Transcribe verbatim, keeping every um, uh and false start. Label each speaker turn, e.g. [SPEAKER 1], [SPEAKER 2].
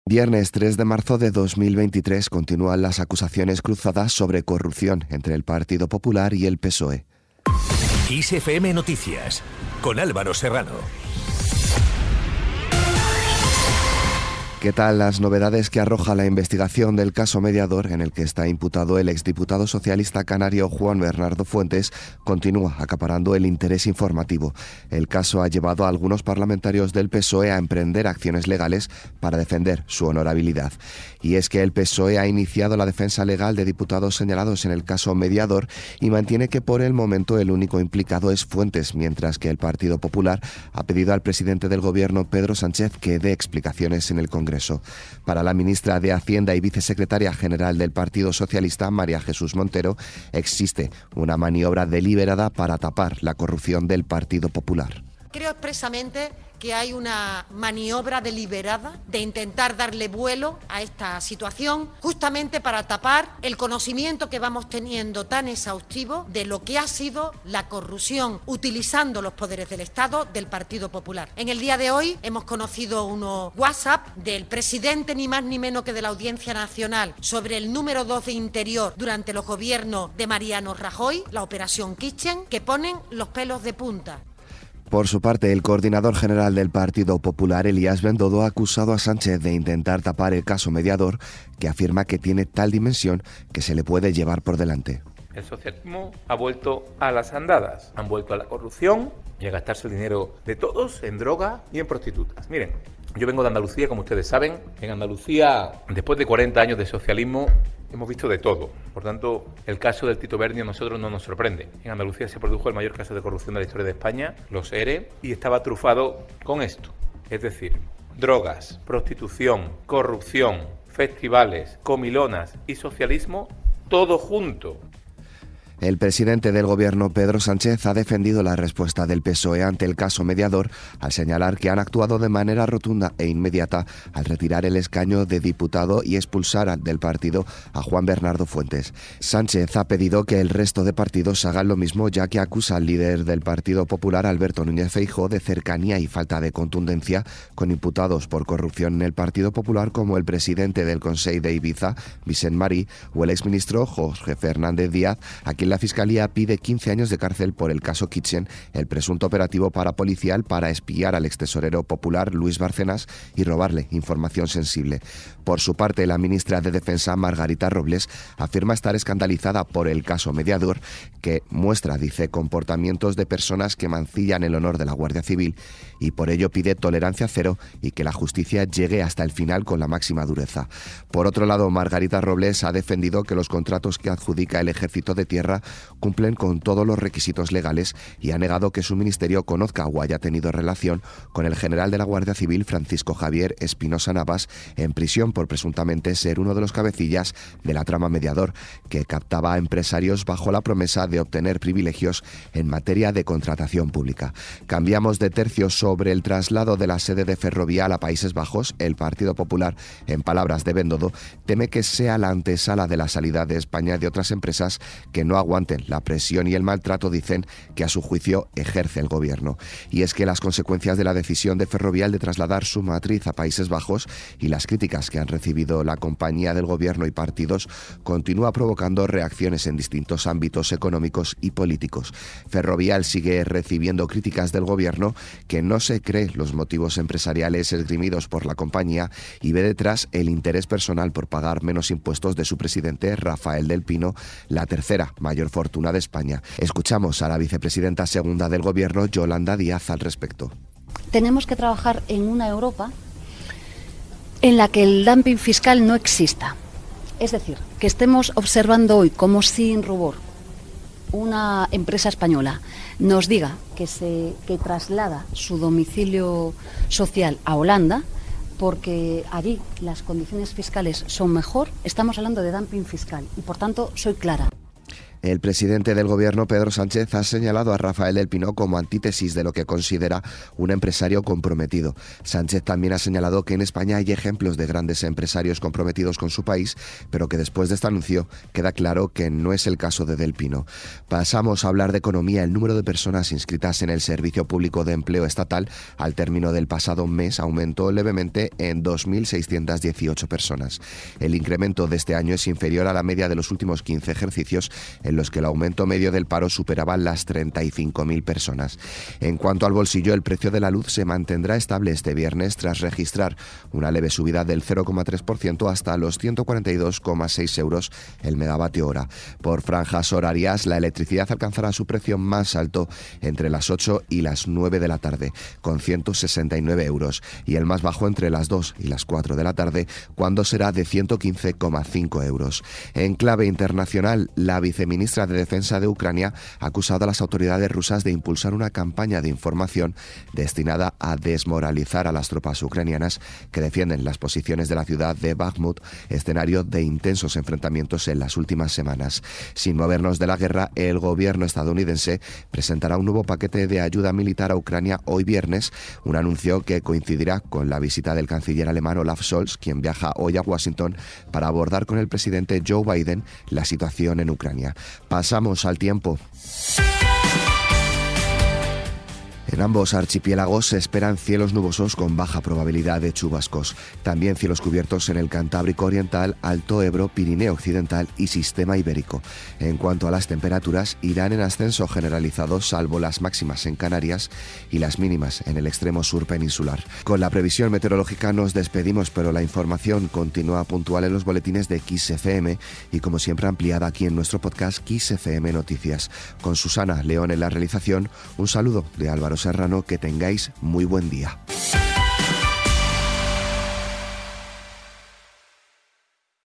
[SPEAKER 1] Viernes tres de marzo de dos mil veintitrés continúan las acusaciones cruzadas sobre corrupción entre el Partido Popular y el P S O E.
[SPEAKER 2] I S F M Noticias, con Álvaro Serrano.
[SPEAKER 1] ¿Qué tal las novedades que arroja la investigación del caso Mediador, en el que está imputado el exdiputado socialista canario Juan Bernardo Fuentes? Continúa acaparando el interés informativo. El caso ha llevado a algunos parlamentarios del P S O E a emprender acciones legales para defender su honorabilidad. Y es que el P S O E ha iniciado la defensa legal de diputados señalados en el caso Mediador y mantiene que por el momento el único implicado es Fuentes, mientras que el Partido Popular ha pedido al presidente del Gobierno, Pedro Sánchez, que dé explicaciones en el Congreso. Para la ministra de Hacienda y vicesecretaria general del Partido Socialista, María Jesús Montero, existe una maniobra deliberada para tapar la corrupción del Partido Popular.
[SPEAKER 3] Creo expresamente que hay una maniobra deliberada de intentar darle vuelo a esta situación, justamente para tapar el conocimiento que vamos teniendo tan exhaustivo de lo que ha sido la corrupción utilizando los poderes del Estado del Partido Popular. En el día de hoy hemos conocido unos WhatsApp del presidente, ni más ni menos que de la Audiencia Nacional, sobre el número dos de Interior durante los gobiernos de Mariano Rajoy, la operación Kitchen, que ponen los pelos de punta.
[SPEAKER 1] Por su parte, el coordinador general del Partido Popular, Elías Bendodo, ha acusado a Sánchez de intentar tapar el caso Mediador, que afirma que tiene tal dimensión que se le puede llevar por delante.
[SPEAKER 4] El socialismo ha vuelto a las andadas, han vuelto a la corrupción y a gastarse el dinero de todos en droga y en prostitutas. Miren, yo vengo de Andalucía, como ustedes saben. En Andalucía, después de cuarenta años de socialismo, hemos visto de todo. Por tanto, el caso del Tito Berni a nosotros no nos sorprende. En Andalucía se produjo el mayor caso de corrupción de la historia de España, los ERE, y estaba trufado con esto. Es decir, drogas, prostitución, corrupción, festivales, comilonas y socialismo, todo junto.
[SPEAKER 1] El presidente del Gobierno, Pedro Sánchez, ha defendido la respuesta del P S O E ante el caso Mediador al señalar que han actuado de manera rotunda e inmediata al retirar el escaño de diputado y expulsar del partido a Juan Bernardo Fuentes. Sánchez ha pedido que el resto de partidos hagan lo mismo, ya que acusa al líder del Partido Popular, Alberto Núñez Feijóo, de cercanía y falta de contundencia con imputados por corrupción en el Partido Popular como el presidente del Consell de Ibiza, Vicent Marí, o el exministro Jorge Fernández Díaz, a quien la Fiscalía pide quince años de cárcel por el caso Kitchen, el presunto operativo parapolicial para espiar al extesorero popular Luis Bárcenas y robarle información sensible. Por su parte, la ministra de Defensa, Margarita Robles, afirma estar escandalizada por el caso Mediador, que muestra, dice, comportamientos de personas que mancillan el honor de la Guardia Civil, y por ello pide tolerancia cero y que la justicia llegue hasta el final con la máxima dureza. Por otro lado, Margarita Robles ha defendido que los contratos que adjudica el Ejército de Tierra cumplen con todos los requisitos legales y ha negado que su ministerio conozca o haya tenido relación con el general de la Guardia Civil, Francisco Javier Espinosa Navas, en prisión por presuntamente ser uno de los cabecillas de la trama Mediador, que captaba a empresarios bajo la promesa de obtener privilegios en materia de contratación pública. Cambiamos de tercio. Sobre el traslado de la sede de Ferrovial a Países Bajos, el Partido Popular, en palabras de Bendodo, teme que sea la antesala de la salida de España de otras empresas que no aguanten la presión y el maltrato, dicen, que a su juicio ejerce el Gobierno. Y es que las consecuencias de la decisión de Ferrovial de trasladar su matriz a Países Bajos y las críticas que han recibido la compañía del Gobierno y partidos continúa provocando reacciones en distintos ámbitos económicos y políticos. Ferrovial sigue recibiendo críticas del Gobierno, que no se cree los motivos empresariales esgrimidos por la compañía y ve detrás el interés personal por pagar menos impuestos de su presidente, Rafael del Pino, la tercera mayor fortuna de España. Escuchamos a la vicepresidenta segunda del Gobierno, Yolanda Díaz, al respecto.
[SPEAKER 5] Tenemos que trabajar en una Europa en la que el dumping fiscal no exista. Es decir, que estemos observando hoy como sin rubor una empresa española nos diga que se que traslada su domicilio social a Holanda porque allí las condiciones fiscales son mejor, estamos hablando de dumping fiscal y por tanto soy clara.
[SPEAKER 1] El presidente del Gobierno, Pedro Sánchez, ha señalado a Rafael del Pino como antítesis de lo que considera un empresario comprometido. Sánchez también ha señalado que en España hay ejemplos de grandes empresarios comprometidos con su país, pero que después de este anuncio queda claro que no es el caso de del Pino. Pasamos a hablar de economía. El número de personas inscritas en el Servicio Público de Empleo Estatal al término del pasado mes aumentó levemente en dos mil seiscientas dieciocho personas. El incremento de este año es inferior a la media de los últimos quince ejercicios, en los que el aumento medio del paro superaba las treinta y cinco mil personas. En cuanto al bolsillo, el precio de la luz se mantendrá estable este viernes tras registrar una leve subida del cero coma tres por ciento hasta los ciento cuarenta y dos coma seis euros el megavatio hora. Por franjas horarias, la electricidad alcanzará su precio más alto entre las ocho y las nueve de la tarde, con ciento sesenta y nueve euros, y el más bajo entre las dos y las cuatro de la tarde, cuando será de ciento quince coma cinco euros. En clave internacional, la viceministra ministra de Defensa de Ucrania ha acusado a las autoridades rusas de impulsar una campaña de información destinada a desmoralizar a las tropas ucranianas que defienden las posiciones de la ciudad de Bakhmut, escenario de intensos enfrentamientos en las últimas semanas. Sin movernos de la guerra, el gobierno estadounidense presentará un nuevo paquete de ayuda militar a Ucrania hoy viernes, un anuncio que coincidirá con la visita del canciller alemán Olaf Scholz, quien viaja hoy a Washington para abordar con el presidente Joe Biden la situación en Ucrania. Pasamos al tiempo. En ambos archipiélagos se esperan cielos nubosos con baja probabilidad de chubascos. También cielos cubiertos en el Cantábrico Oriental, Alto Ebro, Pirineo Occidental y Sistema Ibérico. En cuanto a las temperaturas, irán en ascenso generalizado, salvo las máximas en Canarias y las mínimas en el extremo sur peninsular. Con la previsión meteorológica nos despedimos, pero la información continúa puntual en los boletines de Kiss F M y, como siempre, ampliada aquí en nuestro podcast Kiss F M Noticias. Con Susana León en la realización, un saludo de Álvaro Serrano, que tengáis muy buen día.